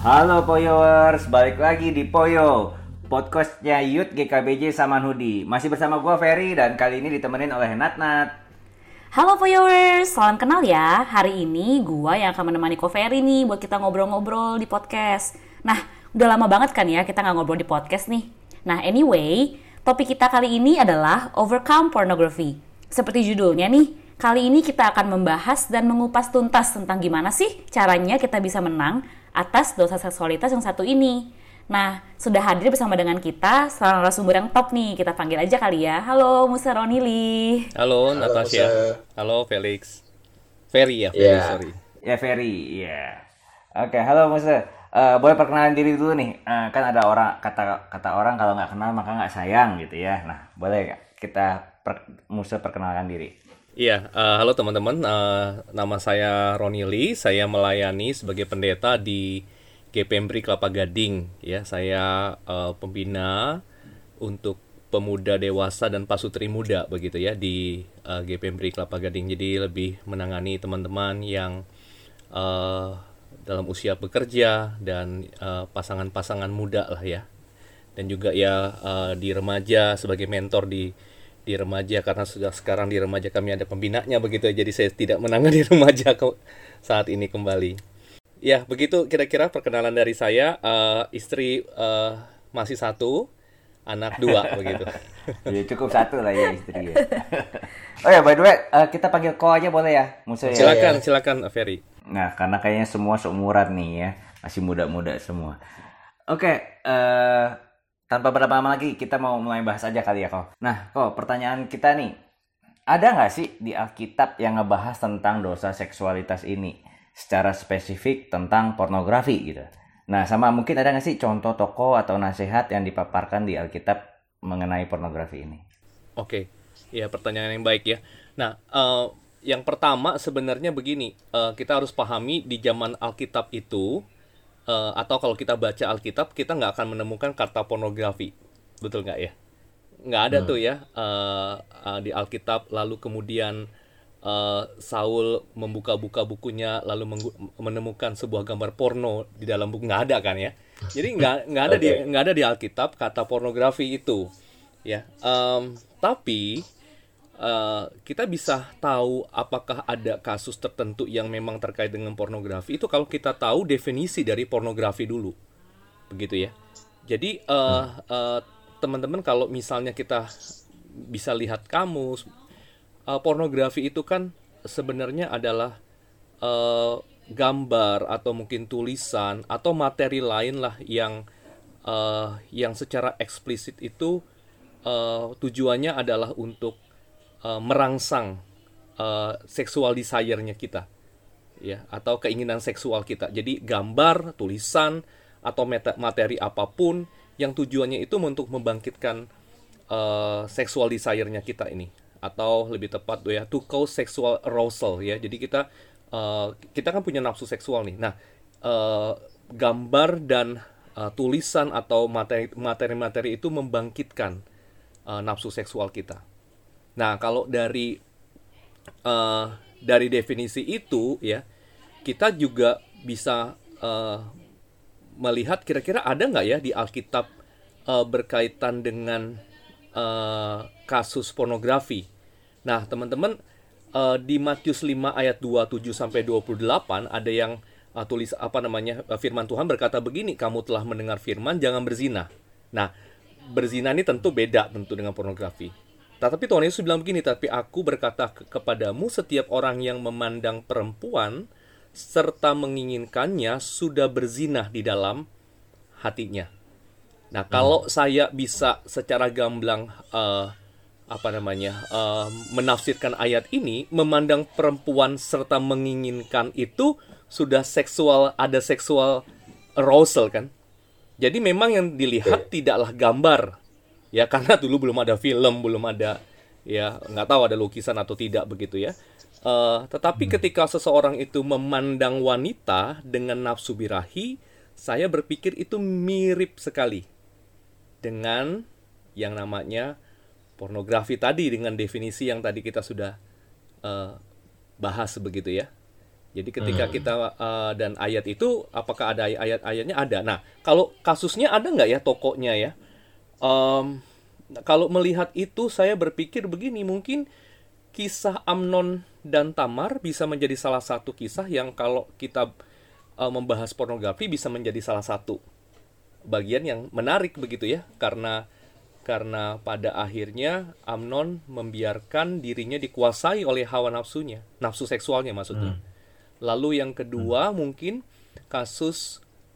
Halo Poyowers, balik lagi di Poyo, podcastnya Youth GKBJ Samanhudi. Masih bersama gue Ferry dan kali ini ditemenin oleh Natnat. Halo Followers, salam kenal ya. Hari ini gua yang akan menemani Ko Ferry nih buat kita ngobrol-ngobrol di podcast. Nah, udah lama banget kan ya kita nggak ngobrol di podcast nih. Nah, anyway, topik kita kali ini adalah Overcome Pornography. Seperti judulnya nih, kali ini kita akan membahas dan mengupas tuntas tentang gimana sih caranya kita bisa menang atas dosa seksualitas yang satu ini. Nah, sudah hadir bersama dengan kita seorang narasumber yang top nih. Kita panggil aja kali ya. Halo, Musa Ronili. Halo Natasha. Halo Felix. Ferry ya, Ferry, sorry. Ya Ferry, ya. Oke, halo Musa. Boleh perkenalan diri dulu nih. Kan ada orang kata orang kalau nggak kenal maka nggak sayang gitu ya. Nah, boleh kita Musa perkenalkan diri. Iya, halo teman-teman. Nama saya Ronili. Saya melayani sebagai pendeta di GPMPRI Kelapa Gading. Ya, saya pembina untuk pemuda dewasa dan pasutri muda begitu ya di GPMPRI Kelapa Gading. Jadi lebih menangani teman-teman yang dalam usia bekerja dan pasangan-pasangan muda lah ya. Dan juga ya di remaja sebagai mentor di remaja, karena sudah sekarang di remaja kami ada pembinanya begitu ya. Jadi saya tidak menangani remaja saat ini kembali. Ya, begitu kira-kira perkenalan dari saya. Istri masih satu, anak dua begitu. Ya, cukup satu lah ya istri ya. Oh ya, by the way, kita panggil Ko aja boleh ya, Musa ya? Silakan Ferry. Nah, karena kayaknya semua seumuran nih ya, masih muda-muda semua. Oke, tanpa berlama-lama lagi, kita mau mulai bahas aja kali ya, Ko. Nah, Ko, pertanyaan kita nih, ada nggak sih di Alkitab yang ngebahas tentang dosa seksualitas ini? Secara spesifik tentang pornografi gitu. Nah, sama mungkin ada nggak sih contoh tokoh atau nasihat yang dipaparkan di Alkitab mengenai pornografi ini? Oke, ya pertanyaan yang baik ya. Nah, yang pertama sebenarnya begini, kita harus pahami di zaman Alkitab itu, atau kalau kita baca Alkitab, kita nggak akan menemukan kata pornografi, betul nggak ya? Nggak ada tuh ya di Alkitab. Lalu kemudian Saul membuka-buka bukunya lalu menemukan sebuah gambar porno di dalam buku, nggak ada kan ya? Jadi nggak ada di Alkitab kata pornografi itu, ya. Tapi kita bisa tahu apakah ada kasus tertentu yang memang terkait dengan pornografi itu kalau kita tahu definisi dari pornografi dulu, begitu ya. Jadi teman-teman, kalau misalnya kita bisa lihat kamus, pornografi itu kan sebenarnya adalah gambar atau mungkin tulisan atau materi lain lah yang secara eksplisit itu tujuannya adalah untuk merangsang seksual desire-nya kita, ya, atau keinginan seksual kita. Jadi gambar, tulisan atau materi apapun yang tujuannya itu untuk membangkitkan seksual desire-nya kita ini, atau lebih tepat ya, to cause sexual arousal ya. Jadi kita kan punya nafsu seksual nih. Nah, gambar dan tulisan atau materi-materi itu membangkitkan nafsu seksual kita. Nah, kalau dari definisi itu ya, kita juga bisa melihat kira-kira ada nggak ya di Alkitab berkaitan dengan kasus pornografi. Nah, teman-teman, di Matius 5 ayat 27 sampai 28 ada yang firman Tuhan berkata begini, kamu telah mendengar firman jangan berzina. Nah, berzina ini tentu beda dengan pornografi. Tetapi Tuhan Yesus bilang begini, tapi aku berkata kepadamu, setiap orang yang memandang perempuan serta menginginkannya sudah berzina di dalam hatinya. Nah, kalau saya bisa secara gamblang menafsirkan ayat ini, memandang perempuan serta menginginkan itu sudah ada seksual arousal kan. Jadi memang yang dilihat tidaklah gambar, ya, karena dulu belum ada film, belum ada, ya, nggak tahu ada lukisan atau tidak begitu ya. Tetapi ketika seseorang itu memandang wanita dengan nafsu birahi, saya berpikir itu mirip sekali dengan yang namanya pornografi tadi, dengan definisi yang tadi kita sudah bahas begitu ya. Jadi ketika kita dan ayat itu, apakah ada ayat-ayatnya? Ada. Nah, kalau kasusnya ada nggak ya tokonya ya? Kalau melihat itu, saya berpikir begini, mungkin kisah Amnon dan Tamar bisa menjadi salah satu kisah yang kalau kita membahas pornografi bisa menjadi salah satu bagian yang menarik begitu ya, karena pada akhirnya Amnon membiarkan dirinya dikuasai oleh hawa nafsunya, nafsu seksualnya maksudnya. Lalu yang kedua mungkin kasus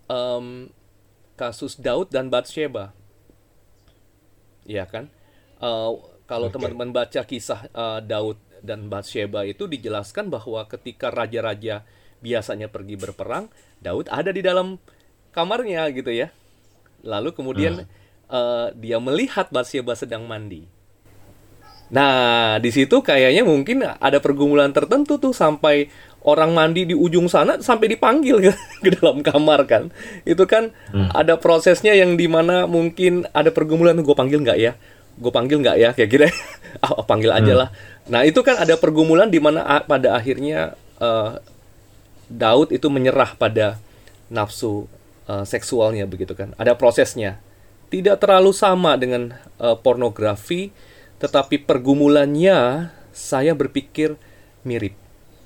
Daud dan Batsheba, ya kan? Kalau teman-teman baca kisah Daud dan Batsheba itu dijelaskan bahwa ketika raja-raja biasanya pergi berperang, Daud ada di dalam kamarnya gitu ya. Lalu kemudian dia melihat Batsheba sedang mandi. Nah, di situ kayaknya mungkin ada pergumulan tertentu tuh, sampai orang mandi di ujung sana sampai dipanggil ke dalam kamar kan. Itu kan ada prosesnya yang dimana mungkin ada pergumulan, gue panggil nggak ya, kayak gitu. Panggil aja lah. Nah, itu kan ada pergumulan dimana pada akhirnya Daud itu menyerah pada nafsu seksualnya begitu kan. Ada prosesnya. Tidak terlalu sama dengan pornografi, tetapi pergumulannya saya berpikir mirip.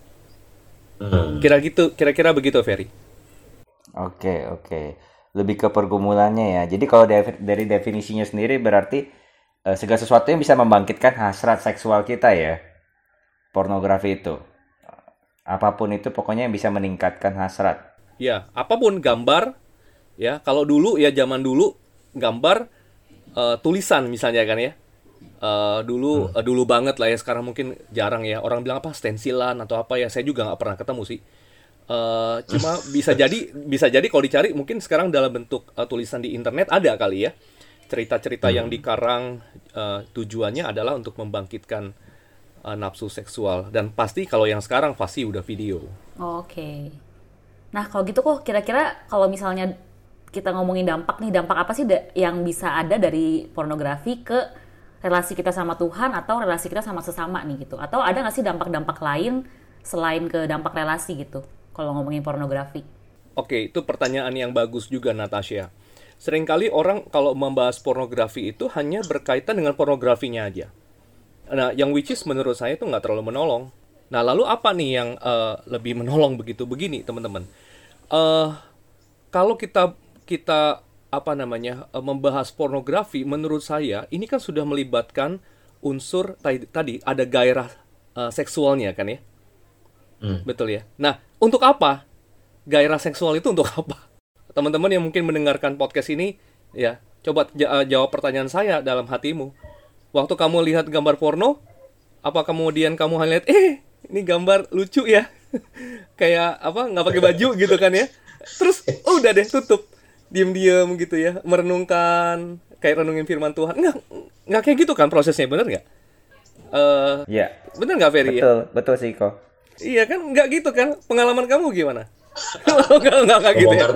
Kira-kira begitu, Ferry. Oke. Lebih ke pergumulannya ya. Jadi kalau dari definisinya sendiri berarti segala sesuatu yang bisa membangkitkan hasrat seksual kita ya. Pornografi itu. Apapun itu pokoknya yang bisa meningkatkan hasrat. Ya, apapun gambar ya. Kalau dulu ya, zaman dulu gambar tulisan misalnya kan ya. Dulu banget lah ya, sekarang mungkin jarang ya. Orang bilang apa, stensilan atau apa ya, saya juga nggak pernah ketemu sih. Cuma bisa jadi kalau dicari mungkin sekarang dalam bentuk tulisan di internet ada kali ya. Cerita-cerita yang dikarang tujuannya adalah untuk membangkitkan nafsu seksual. Dan pasti kalau yang sekarang pasti udah video. Oke. Nah, kalau gitu kok kira-kira kalau misalnya kita ngomongin dampak apa sih yang bisa ada dari pornografi ke relasi kita sama Tuhan atau relasi kita sama sesama nih gitu? Atau ada nggak sih dampak-dampak lain selain ke dampak relasi gitu kalau ngomongin pornografi? Oke, itu pertanyaan yang bagus juga, Natasha. Seringkali orang kalau membahas pornografi itu hanya berkaitan dengan pornografinya aja. Nah, yang which is menurut saya itu nggak terlalu menolong. Nah, lalu apa nih yang lebih menolong begitu? Begini, teman-teman. Kalau kita membahas pornografi, menurut saya ini kan sudah melibatkan unsur tadi ada gairah seksualnya kan ya. Betul ya. Nah, untuk apa gairah seksual itu, untuk apa? Teman-teman yang mungkin mendengarkan podcast ini ya, coba jawab pertanyaan saya dalam hatimu. Waktu kamu lihat gambar porno, apa kemudian kamu hanya lihat ini gambar lucu ya, kayak apa, nggak pakai baju gitu kan ya, terus udah deh tutup, diam-diam gitu ya, merenungkan, kayak renungin firman Tuhan. Nggak kayak gitu kan prosesnya, bener nggak? Ya. Bener nggak, Ferry? Betul sih kok. Iya kan, nggak gitu kan? Pengalaman kamu gimana? Nggak gitu ya?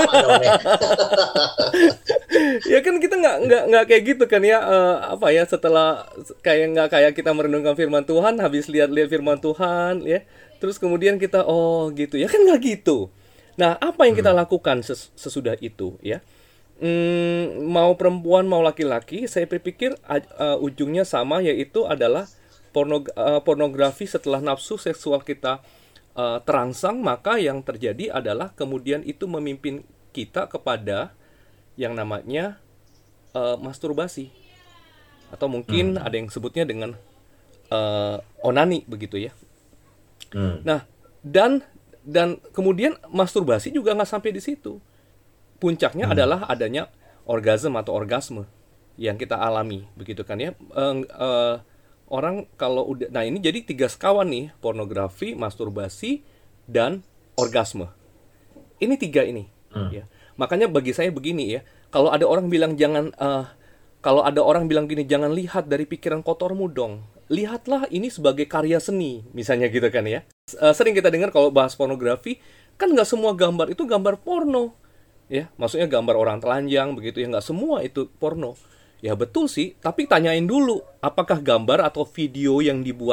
Ya kan kita nggak kayak gitu kan ya, setelah nggak kayak kita merenungkan firman Tuhan, habis lihat firman Tuhan ya, terus kemudian kita gitu ya kan, nggak gitu. Nah, apa yang kita lakukan sesudah itu ya? Mau perempuan mau laki-laki, saya berpikir ujungnya sama, yaitu adalah pornografi. Setelah nafsu seksual kita terangsang, maka yang terjadi adalah kemudian itu memimpin kita kepada yang namanya masturbasi, atau mungkin ada yang sebutnya dengan onani begitu ya. Nah, dan kemudian masturbasi juga nggak sampai di situ. Puncaknya adalah adanya orgasme yang kita alami begitu kan ya. Orang kalau udah, nah ini jadi 3 sekawan nih, pornografi, masturbasi, dan orgasme. Ini 3 ini. Ya. Makanya bagi saya begini ya, kalau ada orang bilang gini, jangan lihat dari pikiran kotormu dong. Lihatlah ini sebagai karya seni, misalnya gitu kan ya. Sering kita dengar kalau bahas pornografi, kan nggak semua gambar itu gambar porno. Ya, maksudnya gambar orang telanjang begitu ya, nggak semua itu porno. Ya betul sih, tapi tanyain dulu, apakah gambar atau video yang dibuat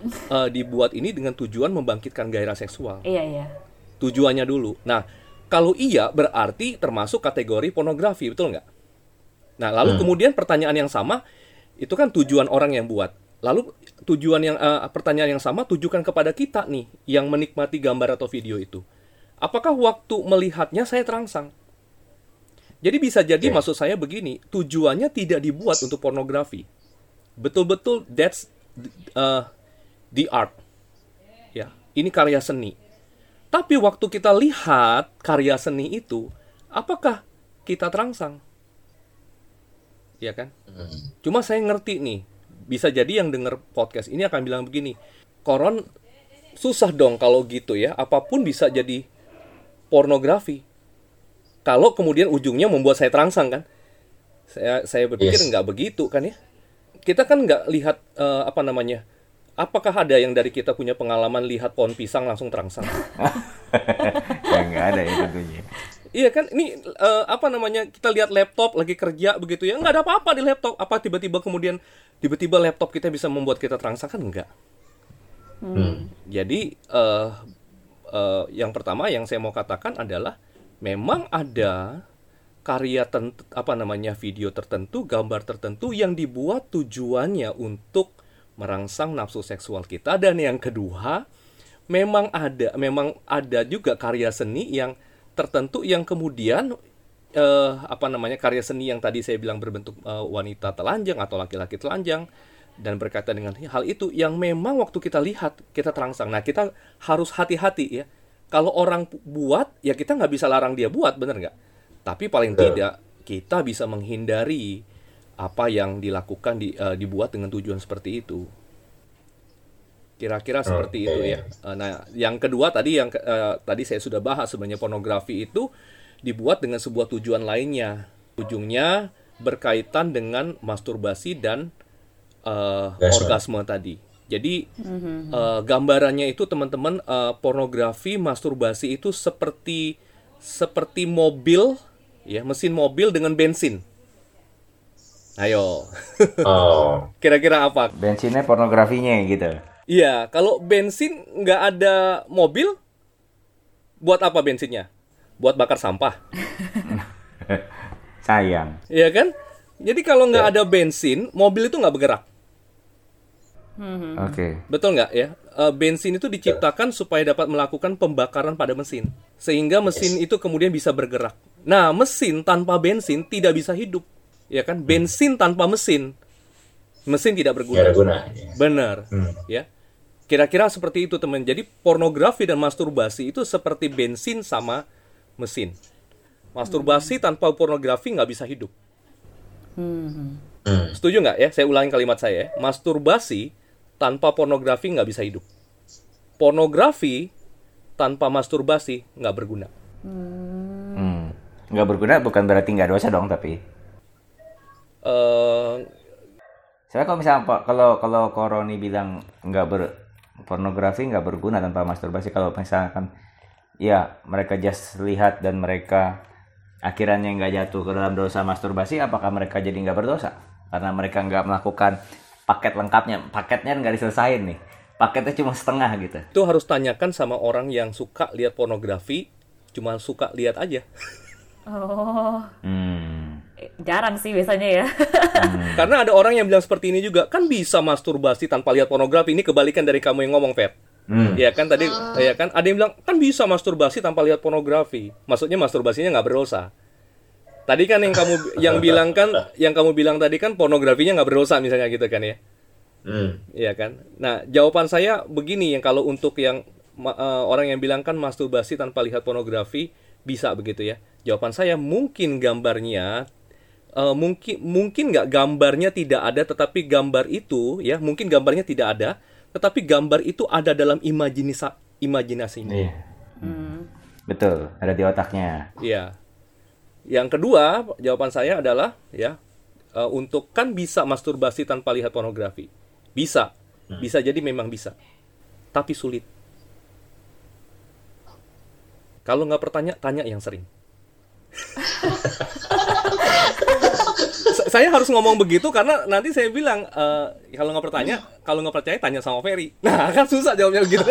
dibuat ini dengan tujuan membangkitkan gairah seksual. Iya. Tujuannya dulu. Nah, kalau iya berarti termasuk kategori pornografi, betul nggak? Nah, lalu kemudian pertanyaan yang sama, itu kan tujuan orang yang buat. Lalu pertanyaan yang sama tujukan kepada kita nih, yang menikmati gambar atau video itu. Apakah waktu melihatnya saya terangsang? Jadi bisa jadi maksud saya begini, tujuannya tidak dibuat untuk pornografi. Betul-betul that's the art. Ya, ini karya seni. Tapi waktu kita lihat karya seni itu, apakah kita terangsang? Ya kan? Cuma saya ngerti nih, bisa jadi yang dengar podcast ini akan bilang begini, Koron susah dong kalau gitu ya, apapun bisa jadi pornografi. Kalau kemudian ujungnya membuat saya terangsang kan? Saya berpikir nggak begitu kan ya? Kita kan nggak lihat apakah ada yang dari kita punya pengalaman lihat pohon pisang langsung terangsang? Ya nggak ada ya tentunya. Iya kan, ini kita lihat laptop lagi kerja begitu ya, nggak ada apa-apa di laptop. Apa tiba-tiba laptop kita bisa membuat kita terangsang kan? Enggak. Jadi yang pertama yang saya mau katakan adalah memang ada karya video tertentu, gambar tertentu yang dibuat tujuannya untuk merangsang nafsu seksual kita. Dan yang kedua, memang ada juga karya seni yang tertentu yang kemudian karya seni yang tadi saya bilang berbentuk wanita telanjang atau laki-laki telanjang dan berkaitan dengan hal itu yang memang waktu kita lihat kita terangsang. Nah, kita harus hati-hati ya. Kalau orang buat ya kita nggak bisa larang dia buat, bener nggak? Tapi paling tidak kita bisa menghindari apa yang dilakukan dibuat dengan tujuan seperti itu. Kira-kira seperti itu ya. Nah, yang kedua tadi tadi saya sudah bahas, sebenarnya pornografi itu dibuat dengan sebuah tujuan lainnya. Ujungnya berkaitan dengan masturbasi dan orgasme tadi. Jadi gambarannya itu teman-teman, pornografi, masturbasi itu seperti mobil ya, mesin mobil dengan bensin. Ayo. Kira-kira apa? Bensinnya pornografinya gitu. Iya, kalau bensin nggak ada mobil, buat apa bensinnya? Buat bakar sampah. Sayang. Iya kan? Jadi kalau nggak ada bensin, mobil itu nggak bergerak. Oke. Betul nggak ya? Bensin itu diciptakan supaya dapat melakukan pembakaran pada mesin. Sehingga mesin itu kemudian bisa bergerak. Nah, mesin tanpa bensin tidak bisa hidup. Ya kan? Bensin tanpa mesin tidak berguna. Benar. Ya. Kira-kira seperti itu, teman. Jadi pornografi dan masturbasi itu seperti bensin sama mesin. Masturbasi tanpa pornografi nggak bisa hidup. Setuju nggak ya? Saya ulangi kalimat saya ya. Masturbasi tanpa pornografi nggak bisa hidup. Pornografi tanpa masturbasi nggak berguna. Nggak berguna bukan berarti nggak dosa dong, tapi saya kalau misalnya kalau Koroni bilang pornografi nggak berguna tanpa masturbasi, kalau misalkan ya mereka just lihat dan mereka akhirnya nggak jatuh ke dalam dosa masturbasi, apakah mereka jadi nggak berdosa karena mereka nggak melakukan paket lengkapnya? Paketnya nggak diselesain nih, paketnya cuma setengah gitu. Itu harus tanyakan sama orang yang suka lihat pornografi, cuma suka lihat aja. Jarang sih biasanya ya. Karena ada orang yang bilang seperti ini juga, kan bisa masturbasi tanpa lihat pornografi. Ini kebalikan dari kamu yang ngomong, Fet. Ya kan tadi, ya kan ada yang bilang kan bisa masturbasi tanpa lihat pornografi. Maksudnya masturbasinya nggak berdosa. Tadi kan yang kamu bilang tadi kan pornografinya nggak berdosa misalnya gitu kan ya. Iya kan. Nah, jawaban saya begini, yang kalau untuk yang orang yang bilang kan masturbasi tanpa lihat pornografi bisa begitu ya. Jawaban saya mungkin gambarnya mungkin nggak gambarnya tidak ada, tetapi gambar itu ya mungkin gambarnya tidak ada, tetapi gambar itu ada dalam imajinasinya. Iya. Betul, ada di otaknya. Iya. Yang kedua, jawaban saya adalah ya untuk kan bisa masturbasi tanpa lihat pornografi. Bisa. Bisa jadi memang bisa. Tapi sulit. Kalau nggak tanya yang sering. saya harus ngomong begitu karena nanti saya bilang kalau nggak percaya tanya sama Ferry. Nah kan susah jawabnya begitu.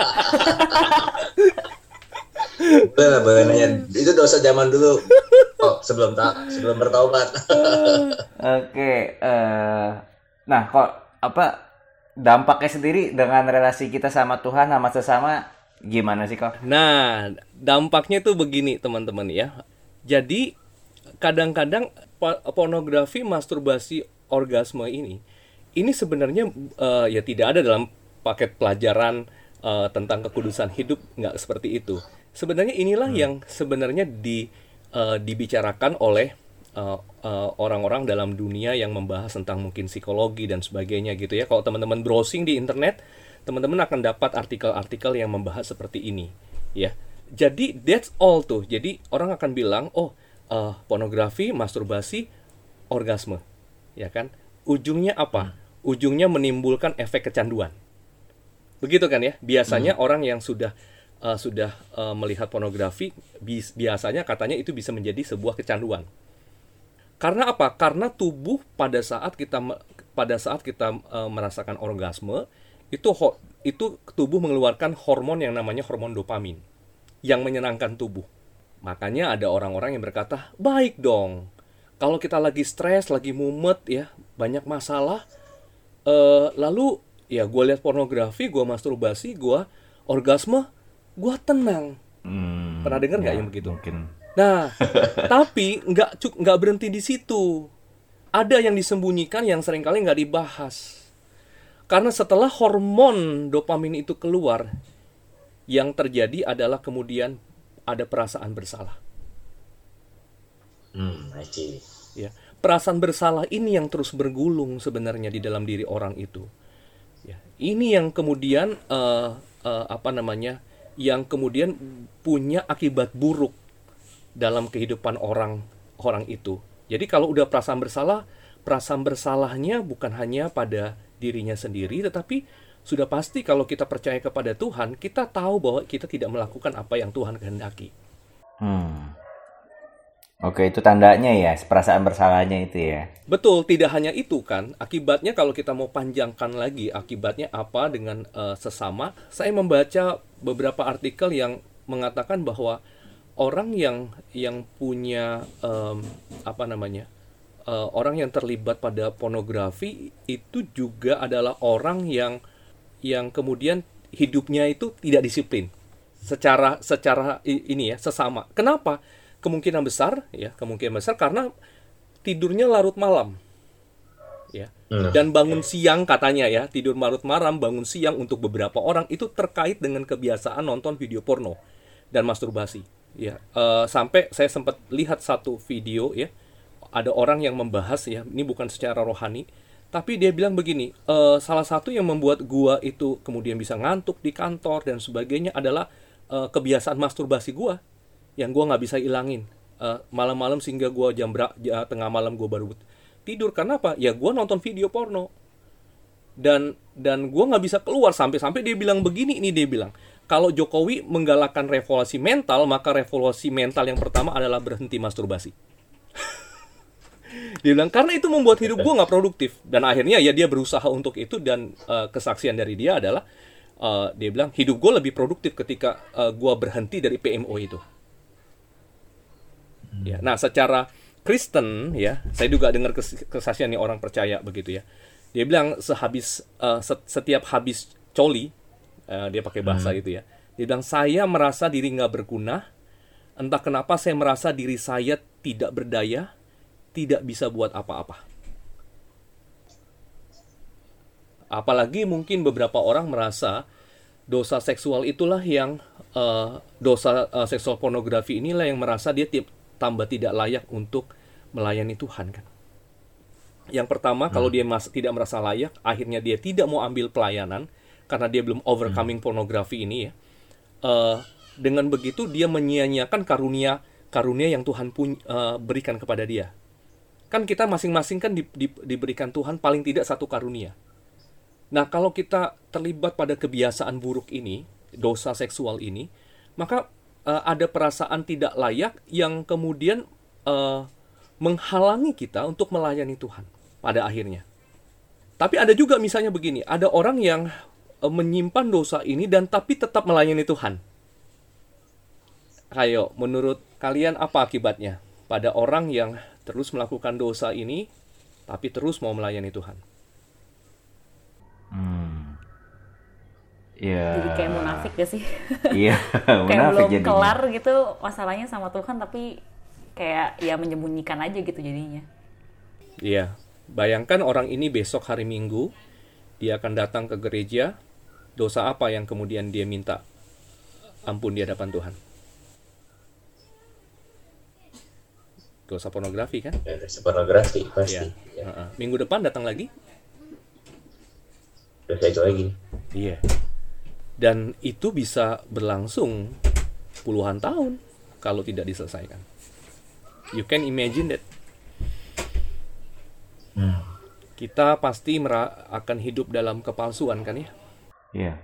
Boleh nanya. Itu dosa zaman dulu. Sebelum bertaubat. Oke, nah kok dampaknya sendiri dengan relasi kita sama Tuhan sama sesama gimana sih kok? Nah, dampaknya tuh begini teman-teman ya. Jadi kadang-kadang pornografi, masturbasi, orgasme ini sebenarnya ya tidak ada dalam paket pelajaran tentang kekudusan hidup, nggak seperti itu. Sebenarnya inilah yang sebenarnya dibicarakan oleh orang-orang dalam dunia yang membahas tentang mungkin psikologi dan sebagainya gitu ya. Kalau teman-teman browsing di internet, teman-teman akan dapat artikel-artikel yang membahas seperti ini ya. Jadi that's all tuh. Jadi orang akan bilang, pornografi, masturbasi, orgasme, ya kan? Ujungnya apa? Ujungnya menimbulkan efek kecanduan. Begitu kan ya? Biasanya orang yang sudah melihat pornografi, biasanya katanya itu bisa menjadi sebuah kecanduan. Karena apa? Karena tubuh pada saat kita merasakan orgasme, itu tubuh mengeluarkan hormon yang namanya hormon dopamin yang menyenangkan tubuh. Makanya ada orang-orang yang berkata, baik dong. Kalau kita lagi stres, lagi mumet ya, banyak masalah, lalu ya gue lihat pornografi, gue masturbasi, gue orgasme, gue tenang. Pernah dengar nggak yang begitu? Mungkin. Nah, tapi nggak berhenti di situ. Ada yang disembunyikan yang seringkali nggak dibahas. Karena setelah hormon dopamin itu keluar, yang terjadi adalah kemudian ada perasaan bersalah. I see. Ya, perasaan bersalah ini yang terus bergulung sebenarnya di dalam diri orang itu. Ya, ini yang kemudian yang kemudian punya akibat buruk dalam kehidupan orang itu. Jadi kalau udah perasaan bersalahnya bukan hanya pada dirinya sendiri, tetapi sudah pasti kalau kita percaya kepada Tuhan, kita tahu bahwa kita tidak melakukan apa yang Tuhan kehendaki. Oke, itu tandanya ya, perasaan bersalahnya itu ya. Betul, tidak hanya itu kan. Akibatnya kalau kita mau panjangkan lagi, akibatnya apa dengan sesama? Saya membaca beberapa artikel yang mengatakan bahwa orang yang punya orang yang terlibat pada pornografi itu juga adalah orang yang kemudian hidupnya itu tidak disiplin secara ini ya, sesama. Kenapa? Kemungkinan besar karena tidurnya larut malam. Ya. Dan bangun siang katanya ya, tidur larut malam, bangun siang untuk beberapa orang itu terkait dengan kebiasaan nonton video porno dan masturbasi. Ya, sampai saya sempat lihat satu video ya, ada orang yang membahas ya, ini bukan secara rohani, tapi dia bilang begini, salah satu yang membuat gua itu kemudian bisa ngantuk di kantor dan sebagainya adalah kebiasaan masturbasi gua yang gua nggak bisa ilangin malam-malam sehingga gua tengah malam gua baru tidur. Karena apa? Ya gua nonton video porno dan gua nggak bisa keluar sampai dia bilang begini, ini dia bilang, kalau Jokowi menggalakkan revolusi mental, maka revolusi mental yang pertama adalah berhenti masturbasi. Dia bilang, karena itu membuat hidup gue gak produktif. Dan akhirnya ya dia berusaha untuk itu, dan kesaksian dari dia adalah, dia bilang, hidup gue lebih produktif ketika gue berhenti dari PMO itu. Ya, nah secara Kristen, ya, saya juga dengar kesaksian nih orang percaya begitu ya. Dia bilang, setiap habis coli, dia pakai bahasa itu ya. Dia bilang, saya merasa diri gak berguna. Entah kenapa saya merasa diri saya tidak berdaya, tidak bisa buat apa-apa. Apalagi mungkin beberapa orang merasa dosa seksual itulah yang dosa seksual pornografi inilah yang merasa dia tambah tidak layak untuk melayani Tuhan kan. Yang pertama, kalau dia tidak merasa layak, akhirnya dia tidak mau ambil pelayanan karena dia belum overcoming pornografi ini ya. Dengan begitu dia menyia-nyiakan karunia yang Tuhan berikan kepada dia. Kan kita masing-masing kan diberikan Tuhan paling tidak satu karunia. Nah, kalau kita terlibat pada kebiasaan buruk ini, dosa seksual ini, maka ada perasaan tidak layak yang kemudian menghalangi kita untuk melayani Tuhan pada akhirnya. Tapi ada juga misalnya begini, ada orang yang menyimpan dosa ini dan tapi tetap melayani Tuhan. Ayo, menurut kalian apa akibatnya pada orang yang terus melakukan dosa ini tapi terus mau melayani Tuhan? Ya. Jadi kayak munafik gak sih? Iya, Kayak munafik belum jadinya. kelar gitu masalahnya sama Tuhan, tapi kayak ya menyembunyikan aja gitu jadinya. Iya, bayangkan orang ini besok hari Minggu, dia akan datang ke gereja, dosa apa yang kemudian dia minta ampun di hadapan Tuhan? Dosa pornografi kan? Ya, pornografi pasti. Iya. Ya. Minggu depan datang lagi? Dosa itu lagi. Iya. Dan itu bisa berlangsung puluhan tahun kalau tidak diselesaikan. You can imagine that. Kita pasti akan hidup dalam kepalsuan kan ya? Iya.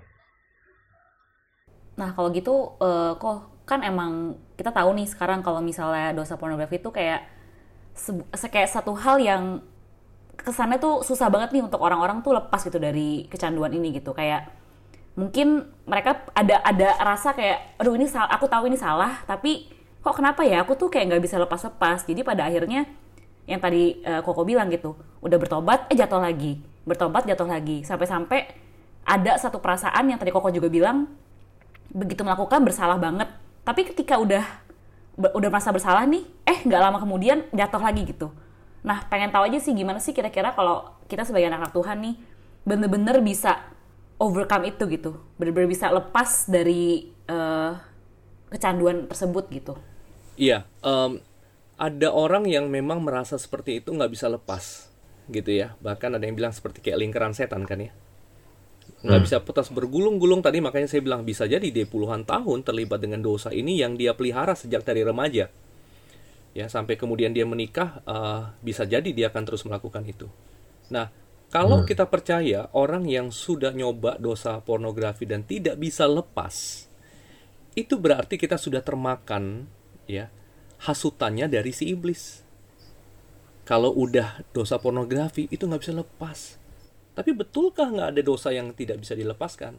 Nah kalau gitu kok kan emang kita tahu nih sekarang kalau misalnya dosa pornografi itu kayak kayak satu hal yang kesannya tuh susah banget nih untuk orang-orang tuh lepas gitu dari kecanduan ini gitu. Kayak mungkin mereka ada rasa kayak aduh ini aku tahu ini salah tapi kok kenapa ya aku tuh kayak nggak bisa lepas-lepas. Jadi pada akhirnya yang tadi Koko bilang gitu, udah bertobat jatuh lagi, bertobat jatuh lagi, sampai-sampai ada satu perasaan yang tadi Koko juga bilang begitu melakukan bersalah banget, tapi ketika udah merasa bersalah nih nggak lama kemudian jatuh lagi gitu. Nah pengen tahu aja sih gimana sih kira-kira kalau kita sebagai anak Tuhan nih bener-bener bisa overcome itu gitu, bener-bener bisa lepas dari kecanduan tersebut gitu. Iya, ada orang yang memang merasa seperti itu nggak bisa lepas gitu ya. Bahkan ada yang bilang seperti kayak lingkaran setan kan ya. Nggak bisa putus, bergulung-gulung. Tadi makanya saya bilang bisa jadi dia puluhan tahun terlibat dengan dosa ini yang dia pelihara sejak dari remaja. Ya, sampai kemudian dia menikah, bisa jadi dia akan terus melakukan itu. Nah, kalau kita percaya orang yang sudah nyoba dosa pornografi dan tidak bisa lepas, itu berarti kita sudah termakan ya hasutannya dari si iblis. Kalau udah dosa pornografi itu nggak bisa lepas. Tapi betulkah nggak ada dosa yang tidak bisa dilepaskan?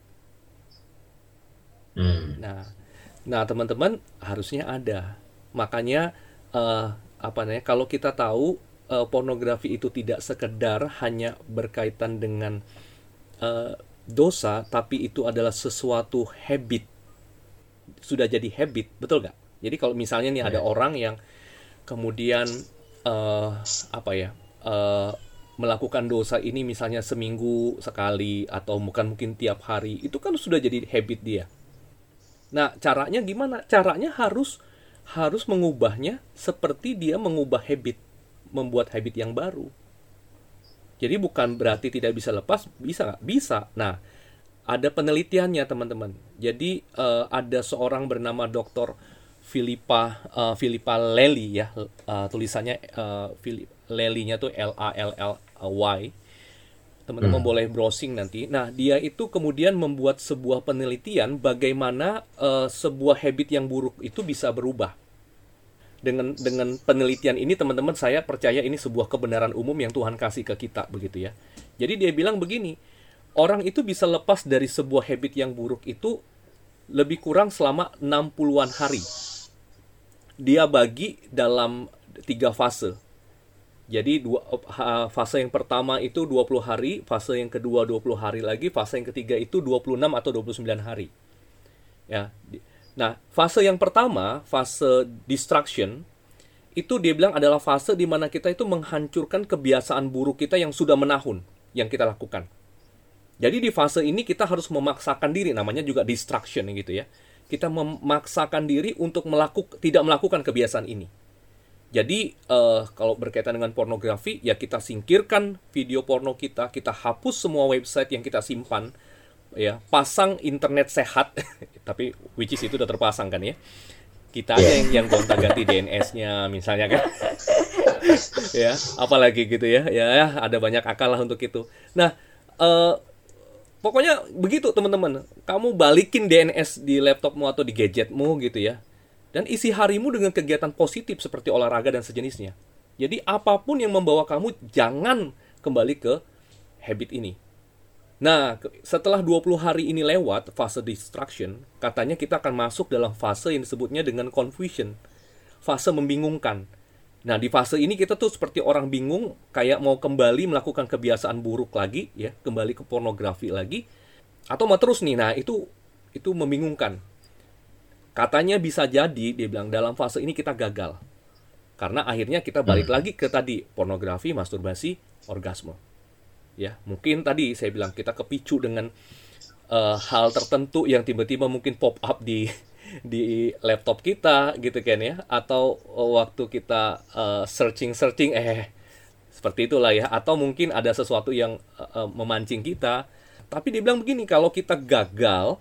Nah teman-teman harusnya ada. Makanya kalau kita tahu pornografi itu tidak sekedar hanya berkaitan dengan dosa, tapi itu adalah sesuatu habit. Sudah jadi habit, betul nggak? Jadi kalau misalnya nih ada orang yang kemudian melakukan dosa ini misalnya seminggu sekali atau mungkin tiap hari, itu kan sudah jadi habit dia. Nah, caranya gimana? Caranya harus mengubahnya seperti dia mengubah habit, membuat habit yang baru. Jadi bukan berarti tidak bisa lepas, bisa nggak? Bisa. Nah, ada penelitiannya teman-teman. Jadi ada seorang bernama Dr. Philippa Lely ya, tulisannya Lely-nya tuh Lally. Teman-teman boleh browsing nanti. Nah, dia itu kemudian membuat sebuah penelitian bagaimana sebuah habit yang buruk itu bisa berubah. Dengan penelitian ini teman-teman, saya percaya ini sebuah kebenaran umum yang Tuhan kasih ke kita begitu ya. Jadi dia bilang begini, orang itu bisa lepas dari sebuah habit yang buruk itu lebih kurang selama 60-an hari. Dia bagi dalam 3 fase. Jadi fase yang pertama itu 20 hari, fase yang kedua 20 hari lagi, fase yang ketiga itu 26 atau 29 hari. Ya. Nah, fase yang pertama, fase distraction, itu dia bilang adalah fase di mana kita itu menghancurkan kebiasaan buruk kita yang sudah menahun, yang kita lakukan. Jadi di fase ini kita harus memaksakan diri, namanya juga distraction gitu ya. Kita memaksakan diri untuk tidak melakukan kebiasaan ini. Jadi kalau berkaitan dengan pornografi, ya kita singkirkan video porno kita hapus semua website yang kita simpan, ya pasang internet sehat, tapi which is itu udah terpasang kan ya. Kita aja yang gonta-ganti DNS-nya misalnya kan, ya apalagi gitu ya, ya ada banyak akal lah untuk itu. Nah pokoknya begitu teman-teman, kamu balikin DNS di laptopmu atau di gadgetmu gitu ya. Dan isi harimu dengan kegiatan positif seperti olahraga dan sejenisnya. Jadi apapun yang membawa kamu, jangan kembali ke habit ini. Nah, setelah 20 hari ini lewat, fase distraction, katanya kita akan masuk dalam fase yang disebutnya dengan confusion. Fase membingungkan. Nah, di fase ini kita tuh seperti orang bingung, kayak mau kembali melakukan kebiasaan buruk lagi, ya, kembali ke pornografi lagi, atau mau terus nih. Nah, itu membingungkan. Katanya bisa jadi, dia bilang, dalam fase ini kita gagal. Karena akhirnya kita balik lagi ke tadi, pornografi, masturbasi, orgasme. Ya, mungkin tadi saya bilang kita kepicu dengan hal tertentu yang tiba-tiba mungkin pop up di laptop kita gitu kan ya, atau waktu kita searching seperti itulah ya, atau mungkin ada sesuatu yang memancing kita. Tapi dia bilang begini, kalau kita gagal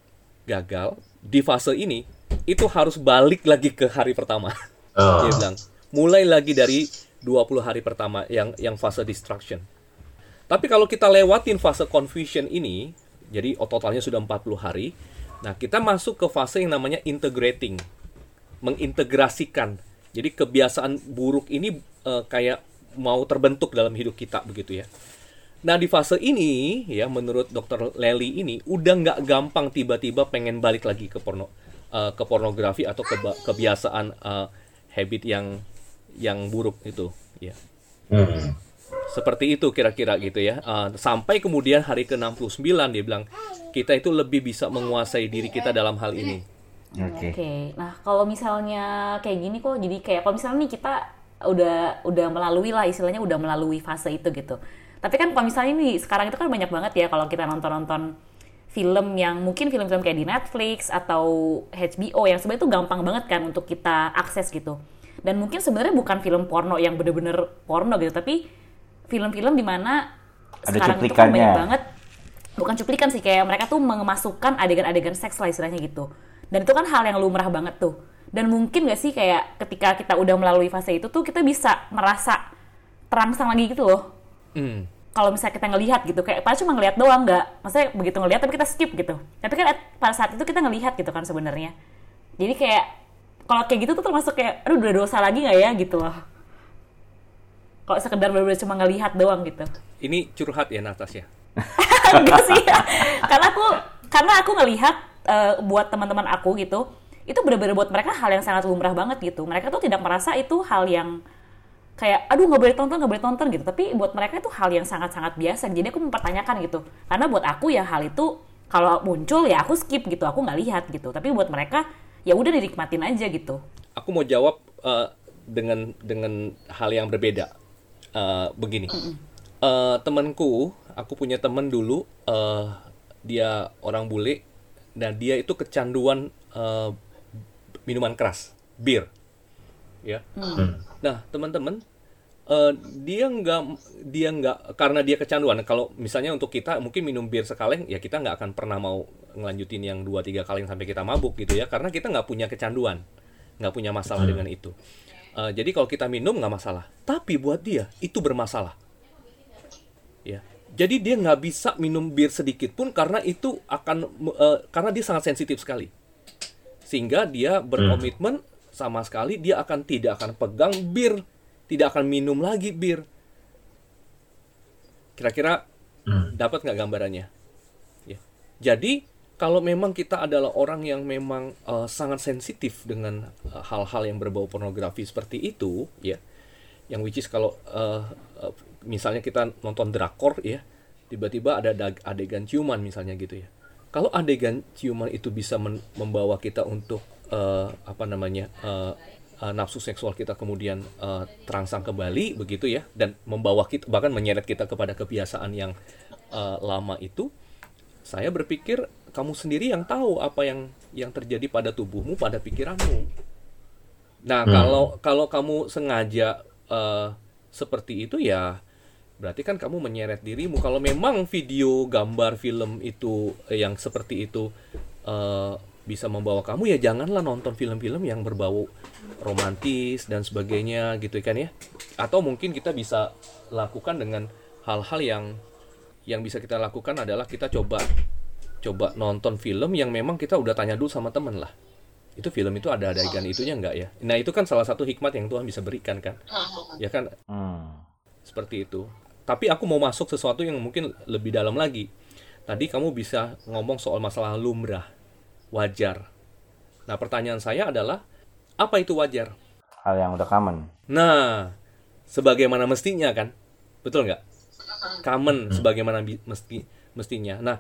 di fase ini, itu harus balik lagi ke hari pertama. Dia bilang mulai lagi dari 20 hari pertama yang fase distraction. Tapi kalau kita lewatin fase confusion ini, jadi totalnya sudah 40 hari, nah kita masuk ke fase yang namanya integrating, mengintegrasikan. Jadi kebiasaan buruk ini kayak mau terbentuk dalam hidup kita begitu ya. Nah di fase ini ya, menurut Dr. Lely ini udah nggak gampang tiba-tiba pengen balik lagi ke pornografi atau kebiasaan habit yang buruk itu ya. Seperti itu kira-kira gitu ya. Sampai kemudian hari ke-69 dia bilang kita itu lebih bisa menguasai diri kita dalam hal ini. Oke. Nah, kalau misalnya kayak gini kok, jadi kayak kalau misalnya nih kita udah melalui lah, istilahnya udah melalui fase itu gitu. Tapi kan kalau misalnya nih sekarang itu kan banyak banget ya kalau kita nonton film yang mungkin film-film kayak di Netflix atau HBO yang sebenarnya itu gampang banget kan untuk kita akses gitu. Dan mungkin sebenarnya bukan film porno yang bener-bener porno gitu, tapi film-film di mana sekarang itu kan banyak banget, bukan cuplikan sih, kayak mereka tuh memasukkan adegan-adegan seks lah istilahnya gitu. Dan itu kan hal yang lumrah banget tuh. Dan mungkin gak sih kayak ketika kita udah melalui fase itu tuh kita bisa merasa terangsang lagi gitu loh. Kalau misalnya kita ngelihat gitu, kayak padahal cuma ngelihat doang, nggak, maksudnya begitu ngelihat tapi kita skip gitu. Tapi kan pada saat itu kita ngelihat gitu kan sebenarnya. Jadi kayak kalau kayak gitu tuh termasuk kayak, aduh udah dosa lagi nggak ya gitu loh. Kalau sekedar bener-bener cuma ngelihat doang gitu. Ini curhat ya Natasha? Enggak sih, karena aku ngelihat buat teman-teman aku gitu, itu bener-bener buat mereka hal yang sangat lumrah banget gitu. Mereka tuh tidak merasa itu hal yang kayak, aduh nggak boleh tonton gitu. Tapi buat mereka itu hal yang sangat-sangat biasa. Jadi aku mempertanyakan gitu. Karena buat aku ya hal itu kalau muncul ya aku skip gitu, aku nggak lihat gitu. Tapi buat mereka ya udah dinikmatin aja gitu. Aku mau jawab dengan hal yang berbeda. Begini, temanku, aku punya teman dulu, dia orang bule, dan dia itu kecanduan minuman keras, bir, ya. Nah teman-teman, dia nggak karena dia kecanduan. Kalau misalnya untuk kita mungkin minum bir sekaleng, ya kita nggak akan pernah mau ngelanjutin yang 2-3 kaleng sampai kita mabuk gitu ya, karena kita nggak punya kecanduan, nggak punya masalah dengan itu. Jadi kalau kita minum nggak masalah, tapi buat dia itu bermasalah. Ya, jadi dia nggak bisa minum bir sedikit pun karena itu karena dia sangat sensitif sekali, sehingga dia berkomitmen sama sekali dia tidak akan pegang bir, tidak akan minum lagi bir. Kira-kira dapat nggak gambarannya? Ya. Jadi kalau memang kita adalah orang yang memang sangat sensitif dengan hal-hal yang berbau pornografi seperti itu, ya, yang which is kalau misalnya kita nonton drakor, ya, tiba-tiba ada adegan ciuman misalnya gitu ya. Kalau adegan ciuman itu bisa membawa kita untuk nafsu seksual kita kemudian terangsang kembali begitu ya, dan membawa kita bahkan menyeret kita kepada kebiasaan yang lama itu, saya berpikir kamu sendiri yang tahu apa yang terjadi pada tubuhmu, pada pikiranmu. Nah, kalau kamu sengaja seperti itu, ya berarti kan kamu menyeret dirimu. Kalau memang video, gambar, film itu yang seperti itu bisa membawa kamu, ya janganlah nonton film-film yang berbau romantis dan sebagainya gitu kan ya. Atau mungkin kita bisa lakukan dengan hal-hal yang bisa kita lakukan adalah kita coba nonton film yang memang kita udah tanya dulu sama temen lah. Itu film itu ada adegan itunya nggak ya? Nah itu kan salah satu hikmat yang Tuhan bisa berikan kan, ya kan, seperti itu. Tapi aku mau masuk sesuatu yang mungkin lebih dalam lagi. Tadi kamu bisa ngomong soal masalah lumrah, wajar. Nah pertanyaan saya adalah, apa itu wajar? Hal yang udah common. Nah, sebagaimana mestinya kan, betul nggak? Common sebagaimana mestinya. Nah,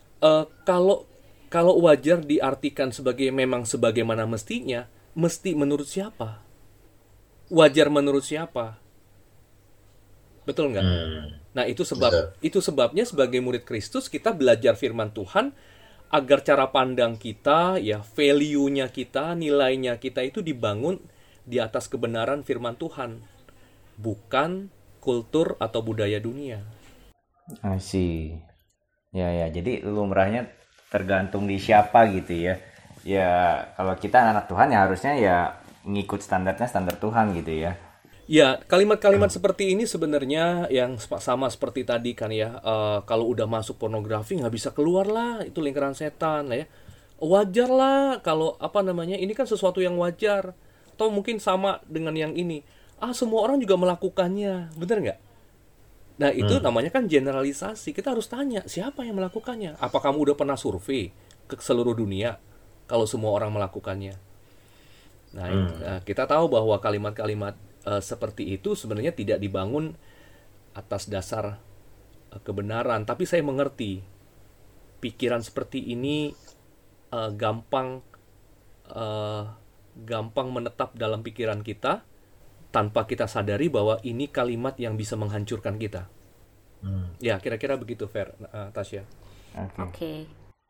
kalau wajar diartikan sebagai memang sebagaimana mestinya, mesti menurut siapa? Wajar menurut siapa? Betul nggak? Nah, itu sebabnya sebagai murid Kristus kita belajar firman Tuhan agar cara pandang kita, ya value-nya kita, nilainya kita itu dibangun di atas kebenaran firman Tuhan, bukan kultur atau budaya dunia. I see. Ya, jadi lumrahnya tergantung di siapa gitu ya. Ya, kalau kita anak Tuhan ya harusnya ya ngikut standar Tuhan gitu ya. Ya, kalimat-kalimat seperti ini sebenarnya yang sama seperti tadi kan ya. Kalau udah masuk pornografi nggak bisa keluar lah, itu lingkaran setan lah ya. Wajar lah kalau ini kan sesuatu yang wajar. Atau mungkin sama dengan yang ini. Semua orang juga melakukannya, bener nggak? Nah itu namanya kan generalisasi. Kita harus tanya siapa yang melakukannya. Apa kamu udah pernah survei ke seluruh dunia kalau semua orang melakukannya? Nah kita tahu bahwa kalimat-kalimat seperti itu sebenarnya tidak dibangun atas dasar kebenaran. Tapi saya mengerti pikiran seperti ini gampang menetap dalam pikiran kita tanpa kita sadari bahwa ini kalimat yang bisa menghancurkan kita. Ya, kira-kira begitu, Tasya. Oke.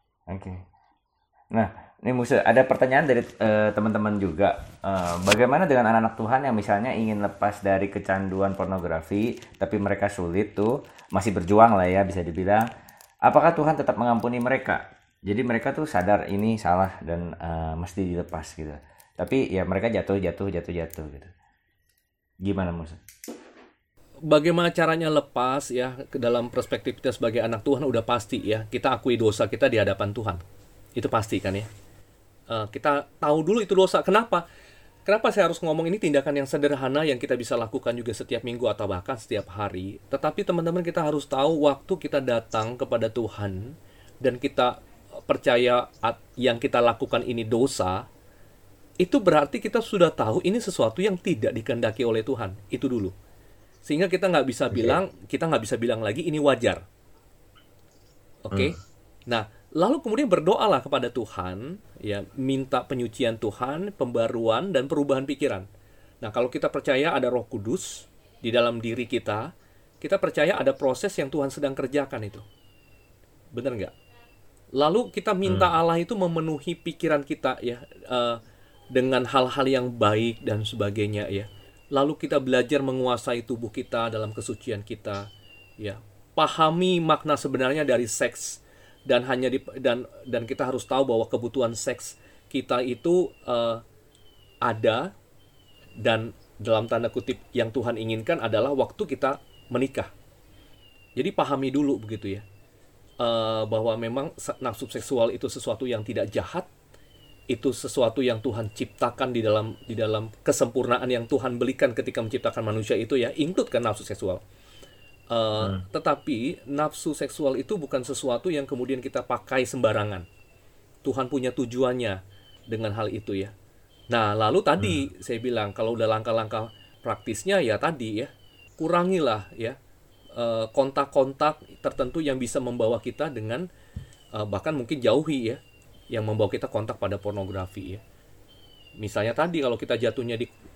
Nah, ini Musa, ada pertanyaan dari teman-teman juga. Bagaimana dengan anak-anak Tuhan yang misalnya ingin lepas dari kecanduan pornografi, tapi mereka sulit tuh, masih berjuang lah ya bisa dibilang. Apakah Tuhan tetap mengampuni mereka? Jadi mereka tuh sadar ini salah dan mesti dilepas gitu. Tapi ya mereka jatuh gitu. Gimana Musa? Bagaimana caranya lepas ya, ke dalam perspektif kita sebagai anak Tuhan udah pasti ya, kita akui dosa kita di hadapan Tuhan. Itu pasti kan ya. Kita tahu dulu itu dosa. Kenapa saya harus ngomong ini tindakan yang sederhana yang kita bisa lakukan juga setiap minggu atau bahkan setiap hari. Tetapi teman-teman kita harus tahu waktu kita datang kepada Tuhan dan kita percaya yang kita lakukan ini dosa, itu berarti kita sudah tahu ini sesuatu yang tidak dikehendaki oleh Tuhan. Itu dulu. Sehingga kita nggak bisa bilang lagi ini wajar. Oke? Nah, lalu kemudian berdoalah kepada Tuhan, ya, minta penyucian Tuhan, pembaruan dan perubahan pikiran. Nah, kalau kita percaya ada Roh Kudus di dalam diri kita percaya ada proses yang Tuhan sedang kerjakan itu. Benar nggak? Lalu kita minta Allah itu memenuhi pikiran kita ya, dengan hal-hal yang baik dan sebagainya ya. Lalu kita belajar menguasai tubuh kita dalam kesucian kita ya. Pahami makna sebenarnya dari seks dan dan kita harus tahu bahwa kebutuhan seks kita itu ada, dan dalam tanda kutip yang Tuhan inginkan adalah waktu kita menikah. Jadi pahami dulu begitu ya. Bahwa memang nafsu seksual itu sesuatu yang tidak jahat, itu sesuatu yang Tuhan ciptakan di dalam kesempurnaan yang Tuhan berikan ketika menciptakan manusia itu ya, include kan nafsu seksual. Tetapi nafsu seksual itu bukan sesuatu yang kemudian kita pakai sembarangan. Tuhan punya tujuannya dengan hal itu ya. Nah lalu tadi saya bilang kalau udah langkah-langkah praktisnya ya tadi ya, kurangilah ya kontak-kontak tertentu yang bisa membawa kita dengan bahkan mungkin jauhi ya, yang membawa kita kontak pada pornografi ya. Misalnya tadi kalau kita jatuhnya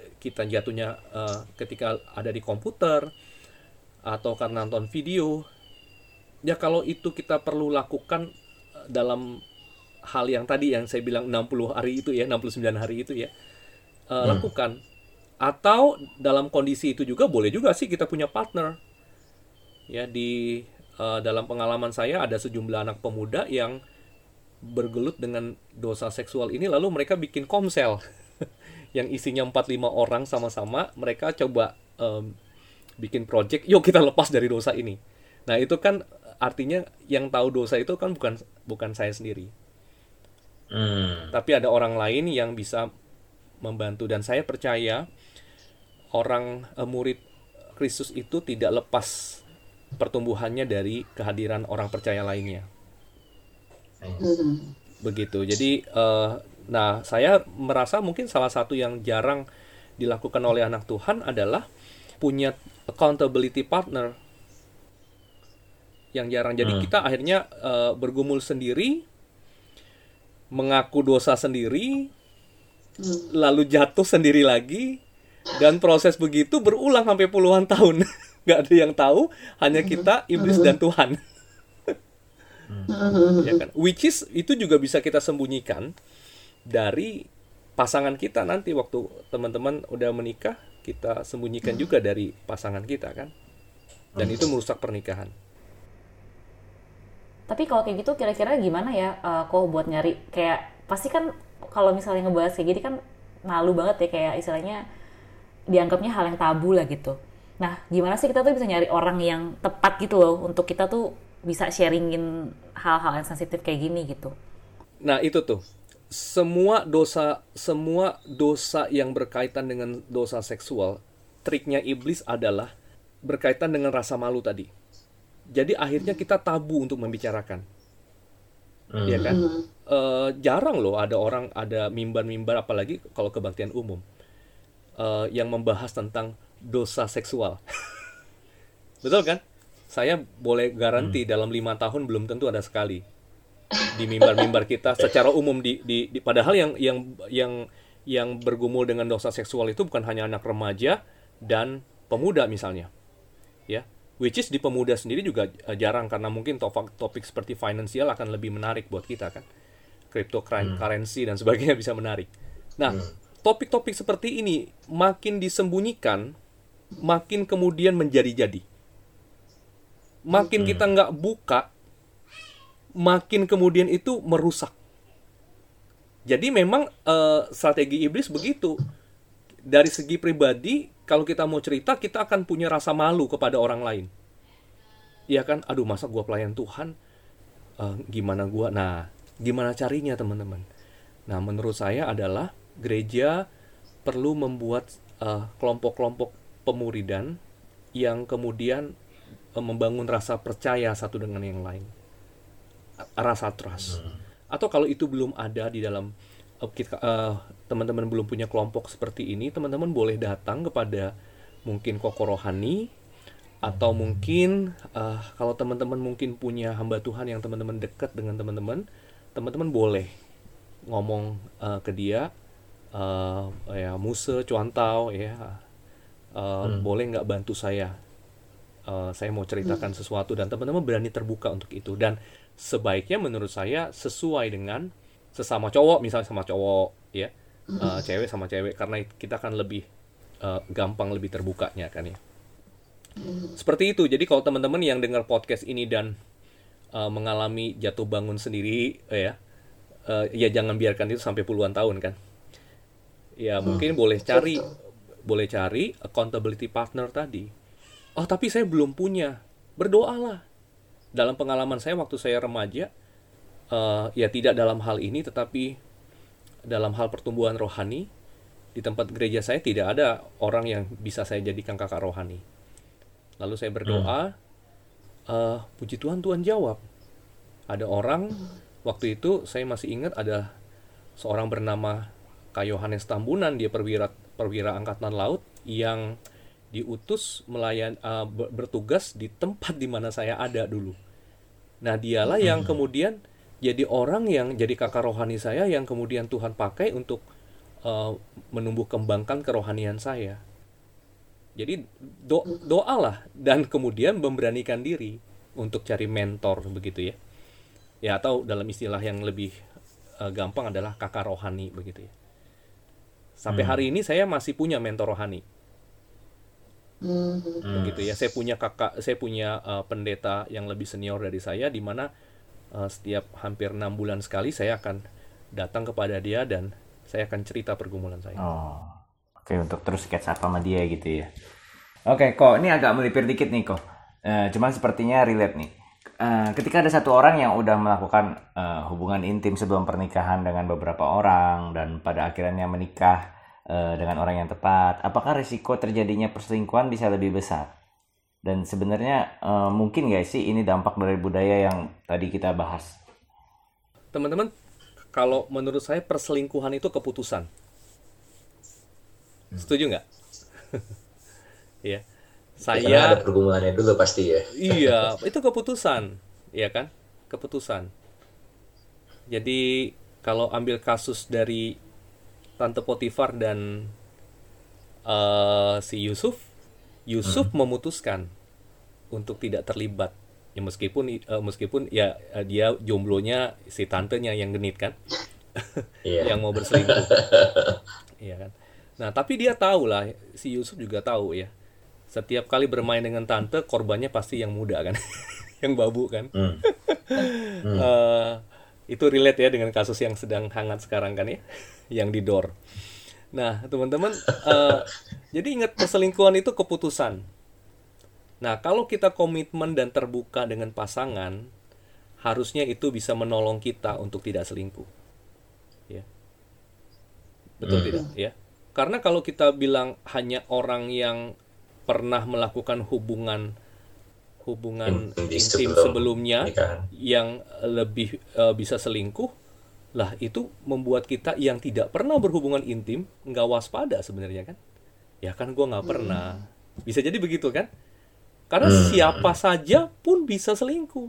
ketika ada di komputer atau karena nonton video, ya kalau itu kita perlu lakukan dalam hal yang tadi yang saya bilang 60 hari itu ya, 69 hari itu ya, lakukan. Atau dalam kondisi itu juga boleh juga sih kita punya partner. Ya, dalam pengalaman saya ada sejumlah anak pemuda yang bergelut dengan dosa seksual ini, lalu mereka bikin komsel yang isinya 4-5 orang sama-sama, mereka coba bikin project, yuk kita lepas dari dosa ini. Nah itu kan artinya yang tahu dosa itu kan bukan saya sendiri. Tapi ada orang lain yang bisa membantu, dan saya percaya murid Kristus itu tidak lepas pertumbuhannya dari kehadiran orang percaya lainnya. Begitu. Jadi nah, saya merasa mungkin salah satu yang jarang dilakukan oleh anak Tuhan adalah punya accountability partner. Yang jarang. Jadi kita akhirnya bergumul sendiri, mengaku dosa sendiri, lalu jatuh sendiri lagi, dan proses begitu berulang sampai puluhan tahun. Nggak ada yang tahu, hanya kita, iblis, dan Tuhan. Ya kan? Which is itu juga bisa kita sembunyikan dari pasangan kita nanti waktu teman-teman udah menikah, kita sembunyikan juga dari pasangan kita kan, dan itu merusak pernikahan. Tapi kalau kayak gitu kira-kira gimana ya kok buat nyari, kayak pasti kan kalau misalnya ngebahas kayak gini kan malu banget ya, kayak istilahnya dianggapnya hal yang tabu lah gitu. Nah gimana sih kita tuh bisa nyari orang yang tepat gitu loh untuk kita tuh bisa sharingin hal-hal yang sensitif kayak gini gitu. Nah itu tuh, semua dosa yang berkaitan dengan dosa seksual, triknya iblis adalah berkaitan dengan rasa malu tadi. Jadi akhirnya kita tabu untuk membicarakan, ya kan? Jarang loh ada mimbar-mimbar, apalagi kalau kebaktian umum, yang membahas tentang dosa seksual. Betul kan? Saya boleh garanti dalam 5 tahun belum tentu ada sekali di mimbar-mimbar kita secara umum padahal yang bergumul dengan dosa seksual itu bukan hanya anak remaja dan pemuda misalnya, ya. Which is di pemuda sendiri juga jarang, karena mungkin topik seperti finansial akan lebih menarik buat kita kan. Cryptocurrency dan sebagainya bisa menarik. Nah, topik-topik seperti ini makin disembunyikan, makin kemudian menjadi-jadi. Makin kita nggak buka, makin kemudian itu merusak. Jadi memang strategi iblis begitu. Dari segi pribadi, kalau kita mau cerita, kita akan punya rasa malu kepada orang lain. Iya kan? Aduh, masa gue pelayan Tuhan? Gimana gue? Nah, gimana carinya teman-teman? Nah, menurut saya adalah gereja perlu membuat kelompok-kelompok pemuridan yang kemudian membangun rasa percaya satu dengan yang lain. Rasa trust. Atau kalau itu belum ada di dalam teman-teman belum punya kelompok seperti ini, teman-teman boleh datang kepada mungkin koko rohani, atau mungkin kalau teman-teman mungkin punya hamba Tuhan yang teman-teman dekat dengan teman-teman boleh ngomong ke dia, ya Muse, Cuantau, ya boleh nggak bantu saya mau ceritakan sesuatu, dan teman-teman berani terbuka untuk itu. Dan sebaiknya menurut saya sesuai dengan sesama cowok, misalnya sama cowok, ya, cewek sama cewek, karena kita kan lebih gampang, lebih terbukanya kan ya. Seperti itu. Jadi kalau teman-teman yang dengar podcast ini dan mengalami jatuh bangun sendiri, ya jangan biarkan itu sampai puluhan tahun kan. Ya mungkin boleh cari accountability partner tadi. Oh tapi saya belum punya. Berdoalah. Dalam pengalaman saya waktu saya remaja, ya tidak dalam hal ini, tetapi dalam hal pertumbuhan rohani, di tempat gereja saya tidak ada orang yang bisa saya jadikan kakak rohani. Lalu saya berdoa, puji Tuhan, Tuhan jawab. Ada orang, waktu itu saya masih ingat ada seorang bernama Kak Yohanes Tambunan, dia perwira Angkatan Laut yang diutus bertugas di tempat di mana saya ada dulu. Nah dialah yang kemudian jadi orang yang jadi kakak rohani saya, yang kemudian Tuhan pakai untuk menumbuh kembangkan kerohanian saya. Jadi doalah, dan kemudian memberanikan diri untuk cari mentor begitu ya. Ya atau dalam istilah yang lebih gampang adalah kakak rohani begitu ya. Sampai hari ini saya masih punya mentor rohani. Begitu ya. Saya punya pendeta yang lebih senior dari saya, di mana setiap hampir 6 bulan sekali saya akan datang kepada dia dan saya akan cerita pergumulan saya. Oke, untuk terus catch up sama dia gitu ya. Oke, kok ini agak melipir dikit nih kok. Cuman sepertinya relate nih. ketika ada satu orang yang udah melakukan hubungan intim sebelum pernikahan dengan beberapa orang dan pada akhirnya menikah dengan orang yang tepat, apakah risiko terjadinya perselingkuhan bisa lebih besar? Dan sebenarnya mungkin nggak sih ini dampak dari budaya yang tadi kita bahas? Teman-teman, kalau menurut saya perselingkuhan itu keputusan. Setuju nggak? Ya. Karena ada Saya pergumulannya dulu pasti ya. iya, itu keputusan, ya kan? Keputusan. Jadi kalau ambil kasus dari Tante Potifar dan si Yusuf memutuskan untuk tidak terlibat. Ya meskipun ya dia jomblonya si tantenya yang genit kan, Iya. yang mau berselingkuh, iya kan. Nah tapi dia tahu lah, si Yusuf juga tahu ya. Setiap kali bermain dengan tante, korbannya pasti yang muda kan, yang babu kan. Hmm. Eh, itu relate ya dengan kasus yang sedang hangat sekarang kan ya, yang didor. Nah, teman-teman, jadi ingat perselingkuhan itu keputusan. Nah, kalau kita komitmen dan terbuka dengan pasangan, harusnya itu bisa menolong kita untuk tidak selingkuh. Ya. Betul tidak? Ya. Karena kalau kita bilang hanya orang yang pernah melakukan hubungan intim sebelumnya pernikahan. yang lebih bisa selingkuh, lah itu membuat kita yang tidak pernah berhubungan intim nggak waspada sebenarnya kan? Ya kan gue nggak pernah. Bisa jadi begitu kan? Karena siapa saja pun bisa selingkuh.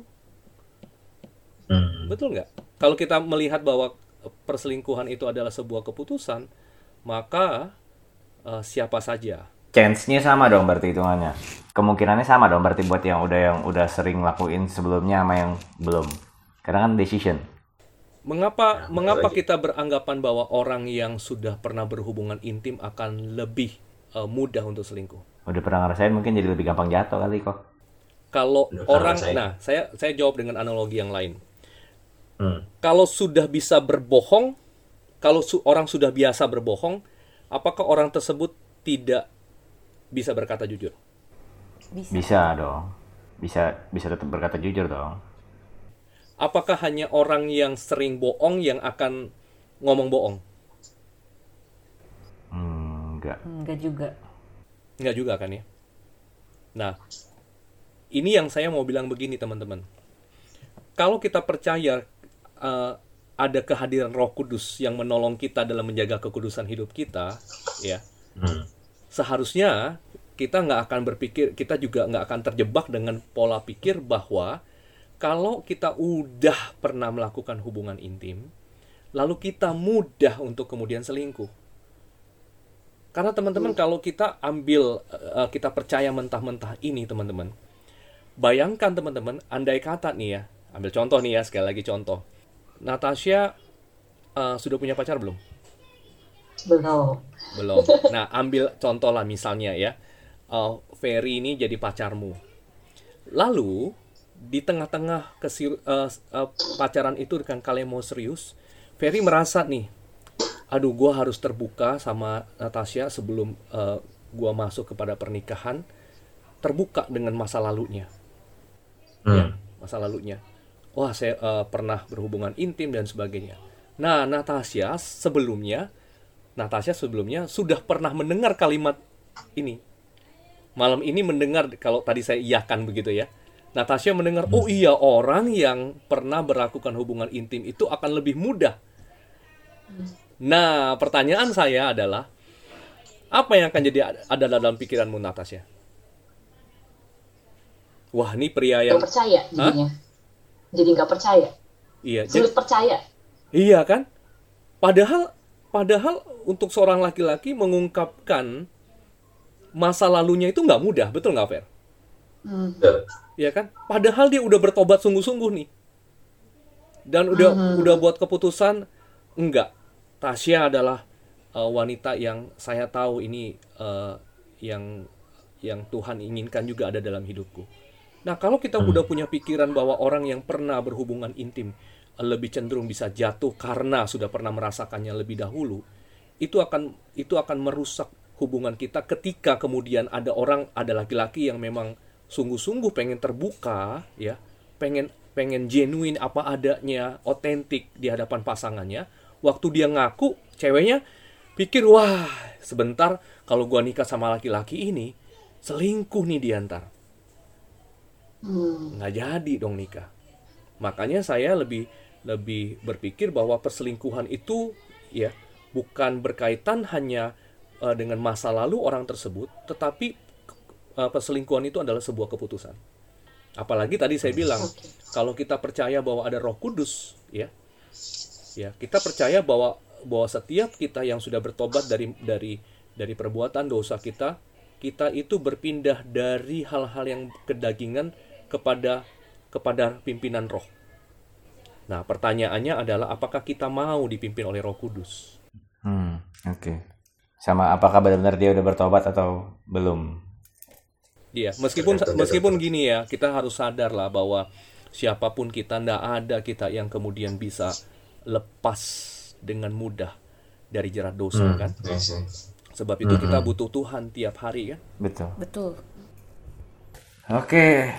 Betul nggak? Kalau kita melihat bahwa perselingkuhan itu adalah sebuah keputusan, maka siapa saja. Chance-nya sama dong berarti hitungannya. Kemungkinannya sama dong berarti buat yang udah sering lakuin sebelumnya sama yang belum. Karena kan decision. Mengapa kita beranggapan bahwa orang yang sudah pernah berhubungan intim akan lebih mudah untuk selingkuh? Udah pernah ngerasain mungkin jadi lebih gampang jatuh kali kok. Kalau Udah orang, ngerasain. nah saya jawab dengan analogi yang lain. Kalau sudah bisa berbohong, kalau orang sudah biasa berbohong, apakah orang tersebut tidak bisa berkata jujur? Bisa dong. Bisa tetap berkata jujur dong. Apakah hanya orang yang sering bohong yang akan ngomong bohong? Enggak. Enggak juga. Enggak juga kan ya? Nah, ini yang saya mau bilang begini teman-teman. Kalau kita percaya ada kehadiran Roh Kudus yang menolong kita dalam menjaga kekudusan hidup kita, ya, seharusnya kita nggak akan berpikir, kita juga nggak akan terjebak dengan pola pikir bahwa kalau kita udah pernah melakukan hubungan intim, lalu kita mudah untuk kemudian selingkuh. Karena teman-teman, kalau kita kita percaya mentah-mentah ini teman-teman, bayangkan teman-teman, andai kata nih ya, ambil contoh nih ya, sekali lagi contoh. Natasha sudah punya pacar belum? Belum. Belum. Nah, ambil contoh lah misalnya ya, Ferry ini jadi pacarmu. Lalu di tengah-tengah pacaran itu dengan kalian mau serius, Ferry merasa nih, aduh gue harus terbuka sama Natasha sebelum gue masuk kepada pernikahan, terbuka dengan masa lalunya. Ya, masa lalunya. Wah, saya pernah berhubungan intim dan sebagainya. Nah, Natasha sebelumnya sudah pernah mendengar kalimat ini. Malam ini mendengar, kalau tadi saya iyakan begitu ya. Natasha mendengar, oh iya, orang yang pernah melakukan hubungan intim itu akan lebih mudah. Nah, pertanyaan saya adalah, apa yang akan jadi ada dalam pikiranmu, Natasha? Wah, ini pria yang... Nggak percaya jadinya. Jadi nggak percaya. Iya, Sulit percaya. iya kan? Padahal untuk seorang laki-laki mengungkapkan masa lalunya itu nggak mudah, betul nggak, Fer? Iya kan? Padahal dia udah bertobat sungguh-sungguh nih. Dan udah buat keputusan, enggak. Tasya adalah wanita yang saya tahu ini yang Tuhan inginkan juga ada dalam hidupku. Nah, kalau kita udah punya pikiran bahwa orang yang pernah berhubungan intim lebih cenderung bisa jatuh karena sudah pernah merasakannya lebih dahulu, itu akan merusak hubungan kita ketika kemudian ada laki-laki yang memang sungguh-sungguh pengen terbuka ya pengen genuine apa adanya, otentik di hadapan pasangannya. Waktu dia ngaku, ceweknya pikir, wah sebentar kalau gua nikah sama laki-laki ini, selingkuh nih dia ntar. Nggak jadi dong nikah. Makanya saya lebih berpikir bahwa perselingkuhan itu ya bukan berkaitan hanya dengan masa lalu orang tersebut, tetapi perselingkuhan itu adalah sebuah keputusan. Apalagi tadi saya bilang, kalau kita percaya bahwa ada Roh Kudus, ya kita percaya bahwa setiap kita yang sudah bertobat dari perbuatan dosa kita itu berpindah dari hal-hal yang kedagingan kepada pimpinan Roh. Nah, pertanyaannya adalah apakah kita mau dipimpin oleh Roh Kudus? Oke. Sama apakah benar-benar dia udah bertobat atau belum? Iya, meskipun gini ya, kita harus sadar lah bahwa siapapun kita, nggak ada kita yang kemudian bisa lepas dengan mudah dari jerat dosa kan? Sebab itu kita butuh Tuhan tiap hari kan? Betul. Oke,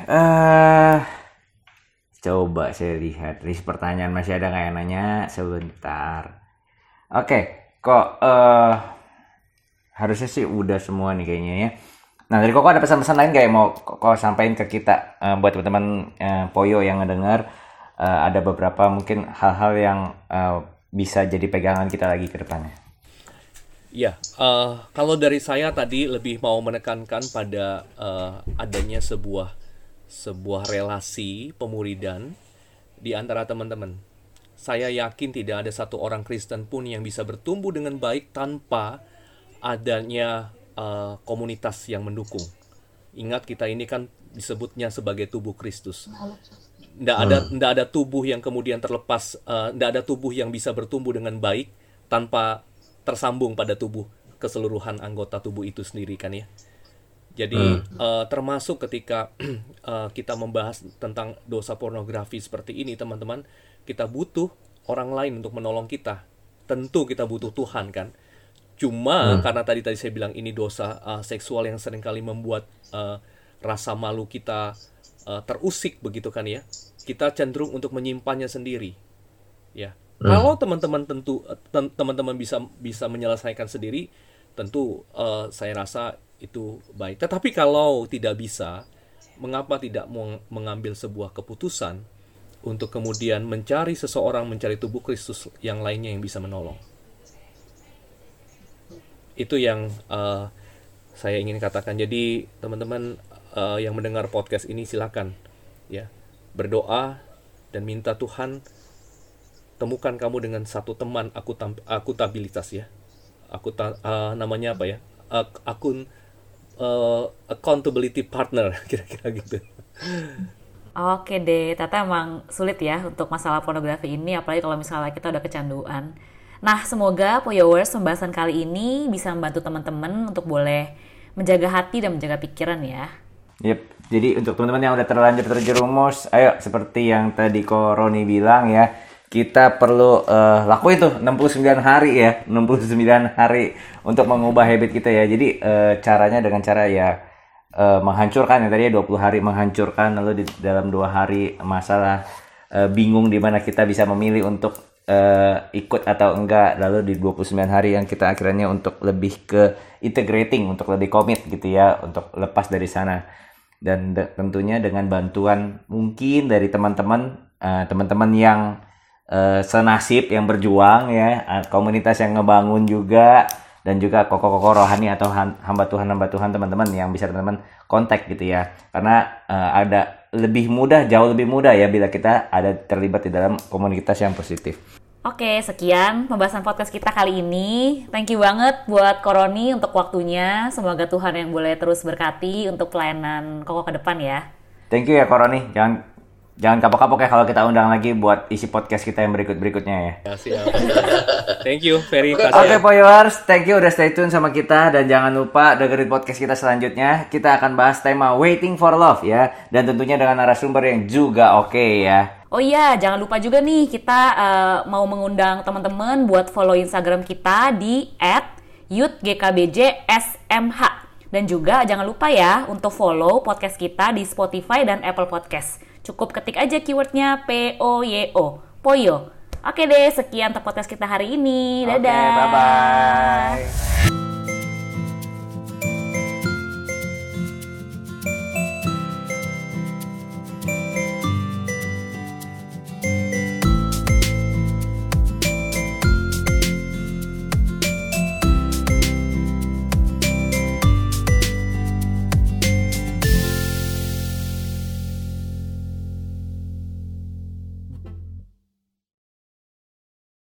coba saya lihat list pertanyaan masih ada nggak yang nanya? Sebentar. Oke, kok harusnya sih udah semua nih kayaknya ya. Nah, dari Koko ada pesan-pesan lain nggak yang mau Koko sampaikan ke kita buat teman-teman Poyo yang ngedengar? Ada beberapa mungkin hal-hal yang bisa jadi pegangan kita lagi ke depannya. Ya, kalau dari saya tadi lebih mau menekankan pada adanya sebuah relasi pemuridan di antara teman-teman. Saya yakin tidak ada satu orang Kristen pun yang bisa bertumbuh dengan baik tanpa adanya komunitas yang mendukung. Ingat, kita ini kan disebutnya sebagai tubuh Kristus. Nggak ada tubuh yang kemudian terlepas, nggak ada tubuh yang bisa bertumbuh dengan baik tanpa tersambung pada tubuh keseluruhan anggota tubuh itu sendiri kan ya. Jadi termasuk ketika kita membahas tentang dosa pornografi seperti ini, teman-teman, kita butuh orang lain untuk menolong kita. Tentu kita butuh Tuhan kan. Cuma karena tadi saya bilang ini dosa seksual yang seringkali membuat rasa malu kita terusik begitu kan ya. Kita cenderung untuk menyimpannya sendiri. Ya. Kalau teman-teman bisa menyelesaikan sendiri, tentu saya rasa itu baik. Tetapi kalau tidak bisa, mengapa tidak mengambil sebuah keputusan untuk kemudian mencari tubuh Kristus yang lainnya yang bisa menolong? Itu yang saya ingin katakan. Jadi teman-teman yang mendengar podcast ini silakan ya berdoa dan minta Tuhan temukan kamu dengan satu teman akutabilitas ya. Namanya apa ya? Accountability partner kira-kira gitu. Oke deh, ternyata emang sulit ya untuk masalah pornografi ini, apalagi kalau misalnya kita udah kecanduan. Nah, semoga Poyowers pembahasan kali ini bisa membantu teman-teman untuk boleh menjaga hati dan menjaga pikiran ya. Yep, jadi untuk teman-teman yang udah terlanjur terjerumus, ayo seperti yang tadi Ko Roni bilang ya, kita perlu lakuin tuh 69 hari ya, 69 hari untuk mengubah habit kita ya. Jadi caranya dengan cara ya menghancurkan ya, tadi 20 hari menghancurkan, lalu di dalam 2 hari masalah bingung di mana kita bisa memilih untuk ikut atau enggak, lalu di 29 hari yang kita akhirnya untuk lebih ke integrating, untuk lebih komit gitu ya, untuk lepas dari sana. Dan tentunya dengan bantuan mungkin dari teman-teman yang senasib, yang berjuang ya, komunitas yang ngebangun juga, dan juga koko-koko rohani atau hamba Tuhan teman-teman yang bisa teman-teman kontak gitu ya. Karena ada jauh lebih mudah ya bila kita ada terlibat di dalam komunitas yang positif. Oke, sekian pembahasan podcast kita kali ini. Thank you banget buat Koroni untuk waktunya. Semoga Tuhan yang boleh terus berkati untuk pelayanan Koko ke depan ya. Thank you ya Koroni. Jangan kapok-kapok ya kalau kita undang lagi buat isi podcast kita yang berikutnya ya. Ya, siap. Thank you, very kasih. Oke, Poyowers, thank you udah stay tune sama kita, dan jangan lupa dengerin podcast kita selanjutnya. Kita akan bahas tema Waiting for Love ya, dan tentunya dengan narasumber yang juga oke ya. Oh iya, jangan lupa juga nih kita mau mengundang teman-teman buat follow Instagram kita di @youthgkbjsmh. Dan juga jangan lupa ya untuk follow podcast kita di Spotify dan Apple Podcast. Cukup ketik aja keywordnya POYO, Poyo. Oke deh, sekian untuk podcast kita hari ini. Dadah. Oke, bye-bye.